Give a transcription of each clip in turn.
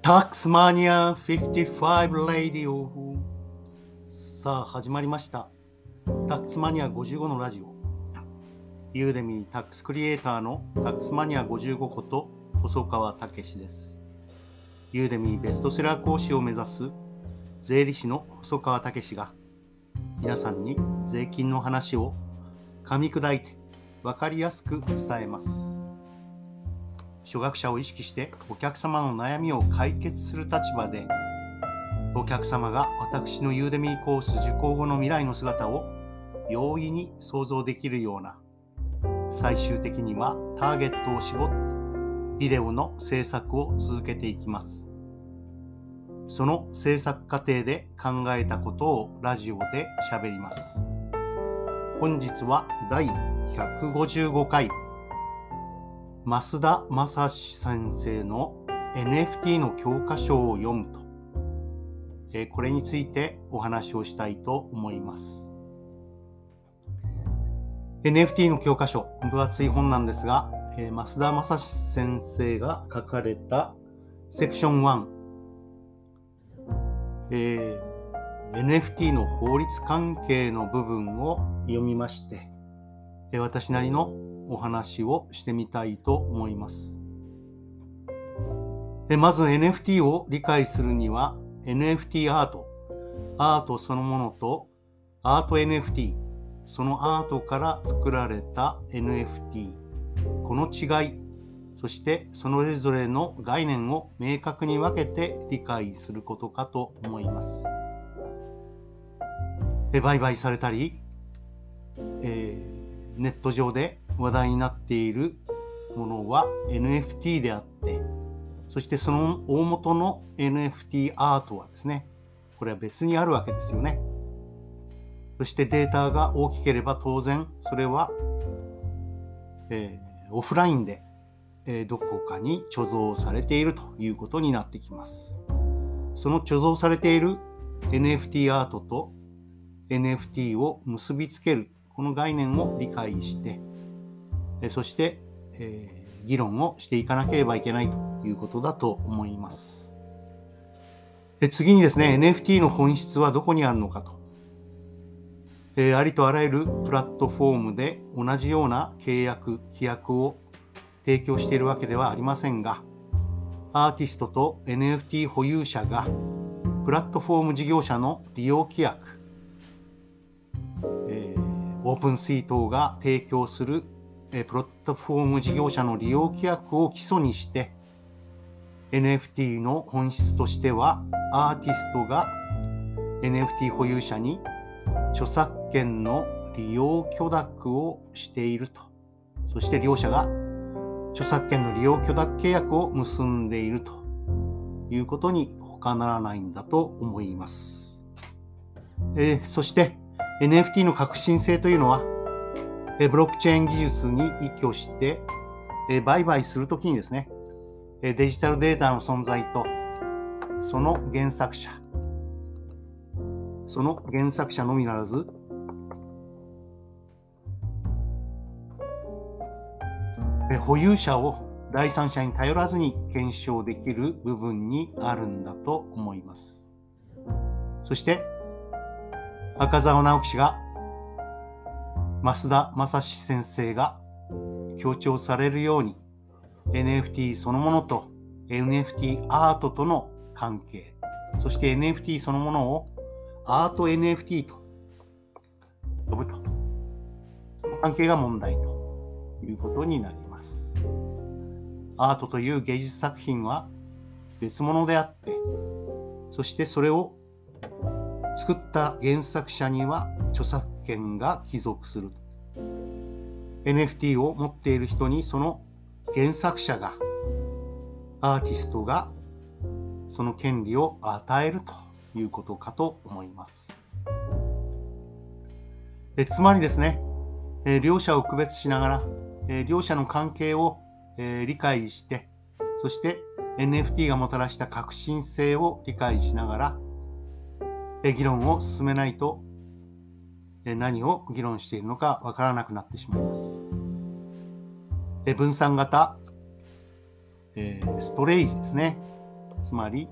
タックスマニア55レディオ。さあ始まりました。タックスマニア55のラジオ。ユーデミータックスクリエイターのタックスマニア55こと細川武です。ユーデミーベストセラー講師を目指す税理士の細川武が皆さんに税金の話を噛み砕いて分かりやすく伝えます。初学者を意識してお客様の悩みを解決する立場で、お客様が私のユーデミーコース受講後の未来の姿を容易に想像できるような、最終的にはターゲットを絞ってビデオの制作を続けていきます。その制作過程で考えたことをラジオで喋ります。本日は第155回増田正史先生の NFT の教科書を読むと、これについてお話をしたいと思います。NFT の教科書、分厚い本なんですが、増田正史先生が書かれたセクション1、NFT の法律関係の部分を読みまして、私なりのお話をしてみたいと思います。まず NFT を理解するには NFT アートそのものとアート NFT、そのアートから作られた NFT、この違い、そしてそれぞれの概念を明確に分けて理解することかと思います。売買されたり、ネット上で話題になっているものは NFT であって、そしてその大元の NFT アートはですね、これは別にあるわけですよね。そしてデータが大きければ当然それは、オフラインで、どこかに貯蔵されているということになってきます。その貯蔵されている NFT アートと NFT を結びつける、この概念を理解して、そして、議論をしていかなければいけないということだと思います。次にですね、NFT の本質はどこにあるのかと。ありとあらゆるプラットフォームで同じような契約を提供しているわけではありませんが、アーティストと NFT 保有者がプラットフォーム事業者の利用規約、オープンシー等が提供するプラットフォーム事業者の利用規約を基礎にして、 NFT の本質としてはアーティストが NFT 保有者に著作権の利用許諾をしていると、そして両者が著作権の利用許諾契約を結んでいるということに他ならないんだと思います。そして NFT の革新性というのは、ブロックチェーン技術に依拠して売買するときにですね、デジタルデータの存在とその原作者のみならず、保有者を第三者に頼らずに検証できる部分にあるんだと思います。そして赤澤直樹氏が、増田正史先生が強調されるように、 NFT そのものと NFT アートとの関係、そして NFT そのものをアート NFT と呼ぶと、その関係が問題ということになります。アートという芸術作品は別物であって、そしてそれを作った原作者には著作権が帰属する。 NFT を持っている人にその原作者が、アーティストがその権利を与えるということかと思います。つまりですね、両者を区別しながら、両者の関係を理解して、そして NFT がもたらした革新性を理解しながら議論を進めないと、何を議論しているのかわからなくなってしまいます。分散型ストレージですね。 つまり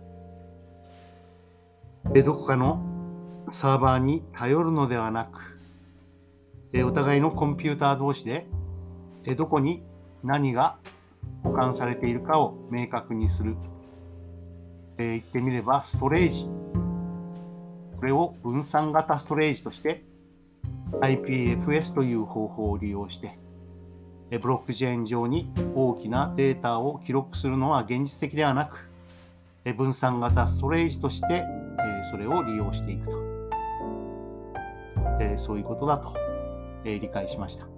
どこかのサーバーに頼るのではなく、お互いのコンピューター同士でどこに何が保管されているかを明確にする。言ってみればストレージ。これを分散型ストレージとして IPFS という方法を利用して、ブロックチェーン上に大きなデータを記録するのは現実的ではなく、分散型ストレージとしてそれを利用していくと、そういうことだと理解しました。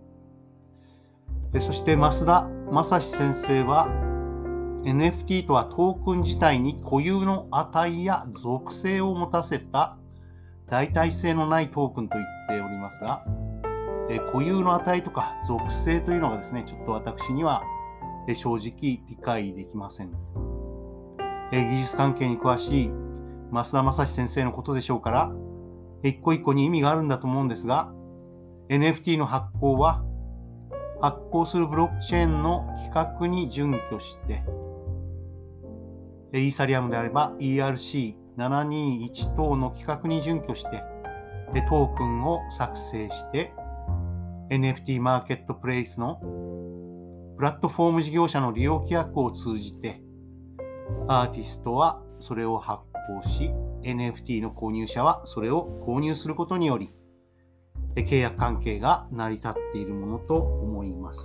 そして増田正史先生は NFT とはトークン自体に固有の値や属性を持たせた代替性のないトークンと言っておりますが、固有の値とか属性というのがですね、ちょっと私には正直理解できません。技術関係に詳しい増田正史先生のことでしょうから、一個一個に意味があるんだと思うんですが、NFT の発行は発行するブロックチェーンの規格に準拠して、イーサリアムであれば ERC721 等の規格に準拠して、トークンを作成して、NFT マーケットプレイスのプラットフォーム事業者の利用規約を通じて、アーティストはそれを発行し、NFT の購入者はそれを購入することにより、契約関係が成り立っているものと思います。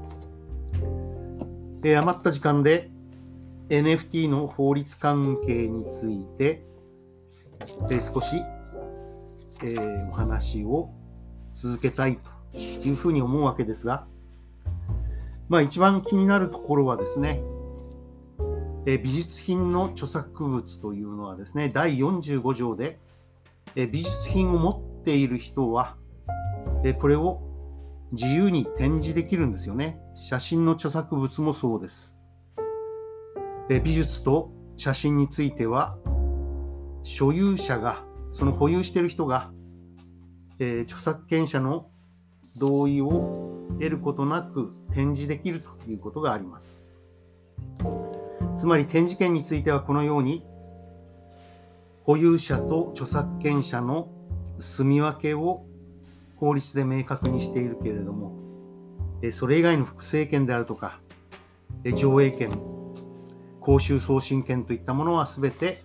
余った時間で NFT の法律関係について少しお話を続けたいというふうに思うわけですが、一番気になるところはですね、美術品の著作物というのはですね、第45条で美術品を持っている人はこれを自由に展示できるんですよね。写真の著作物もそうです。美術と写真については所有者が、その保有している人が著作権者の同意を得ることなく展示できるということがあります。つまり展示権についてはこのように保有者と著作権者の住み分けを法律で明確にしているけれども、それ以外の複製権であるとか上映権、公衆送信権といったものはすべて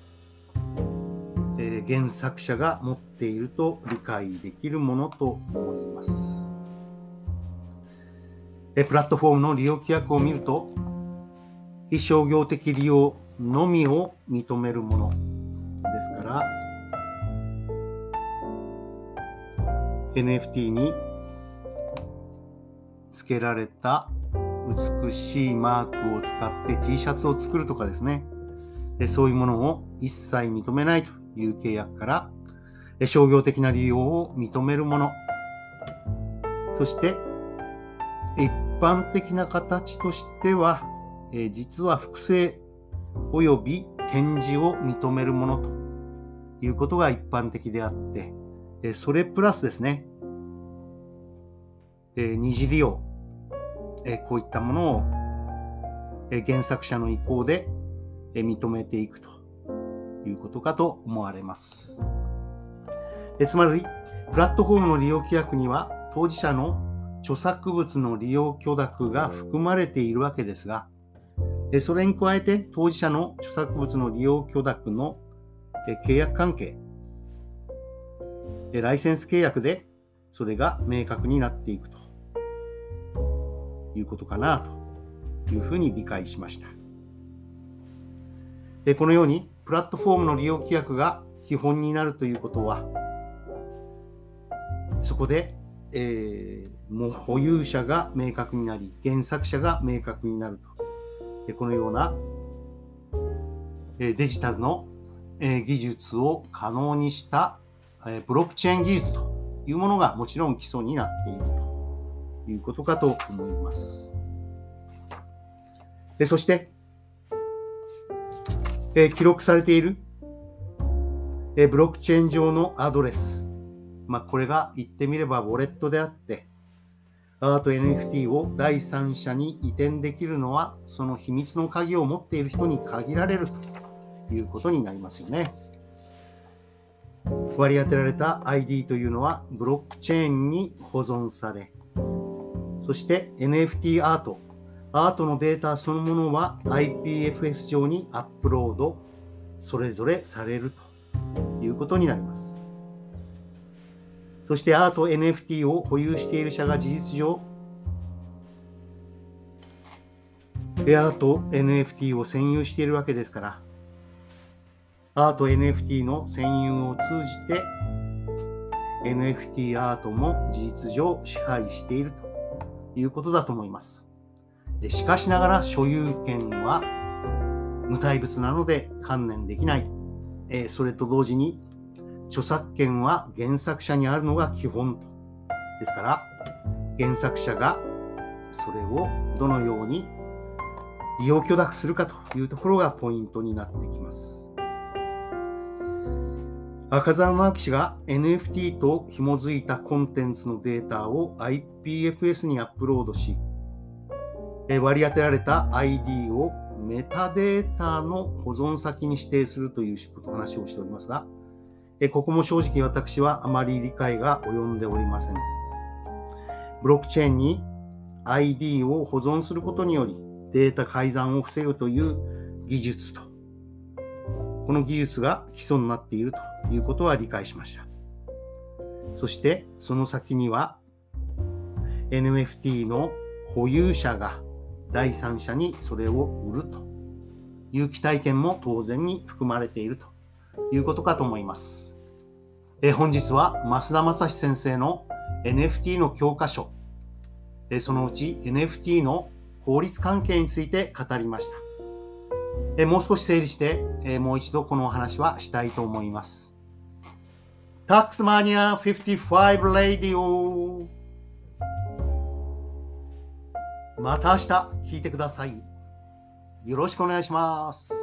原作者が持っていると理解できるものと思います。プラットフォームの利用規約を見ると、非商業的利用のみを認めるものですから、NFT に付けられた美しいマークを使って T シャツを作るとかですね、そういうものを一切認めないという契約から、商業的な利用を認めるもの、そして一般的な形としては、実は複製および展示を認めるものということが一般的であって、それプラスですね、二次利用、こういったものを原作者の意向で認めていくということかと思われます。つまり、プラットフォームの利用規約には当事者の著作物の利用許諾が含まれているわけですが、それに加えて当事者の著作物の利用許諾の契約関係、ライセンス契約でそれが明確になっていくということかなというふうに理解しました。このようにプラットフォームの利用規約が基本になるということは、そこで、もう保有者が明確になり、原作者が明確になると、このようなデジタルの技術を可能にしたブロックチェーン技術というものがもちろん基礎になっているということかと思います。そして記録されているブロックチェーン上のアドレス、これが言ってみればウォレットであって、 アート NFT を第三者に移転できるのは、その秘密の鍵を持っている人に限られるということになりますよね。割り当てられた ID というのはブロックチェーンに保存され、そして NFT アートのデータそのものは IPFS 上にアップロード、それぞれされるということになります。そしてアート NFT を保有している者が事実上、アート NFT を占有しているわけですから、アート NFT の占有を通じて NFT アートも事実上支配しているということだと思います。しかしながら所有権は無体物なので観念できない。それと同時に著作権は原作者にあるのが基本と。ですから原作者がそれをどのように利用許諾するかというところがポイントになってきます。赤澤直樹氏が NFT と紐づいたコンテンツのデータを IPFS にアップロードし、割り当てられた ID をメタデータの保存先に指定するという話をしておりますが、ここも正直私はあまり理解が及んでおりません。ブロックチェーンに ID を保存することによりデータ改ざんを防ぐという技術と、この技術が基礎になっているということは理解しました。そしてその先には NFT の保有者が第三者にそれを売るという期待権も当然に含まれているということかと思います。本日は増田正史先生の NFT の教科書、そのうち NFT の法律関係について語りました。もう少し整理して、もう一度このお話はしたいと思います。タックスマニア55レディオ、また明日聞いてください。よろしくお願いします。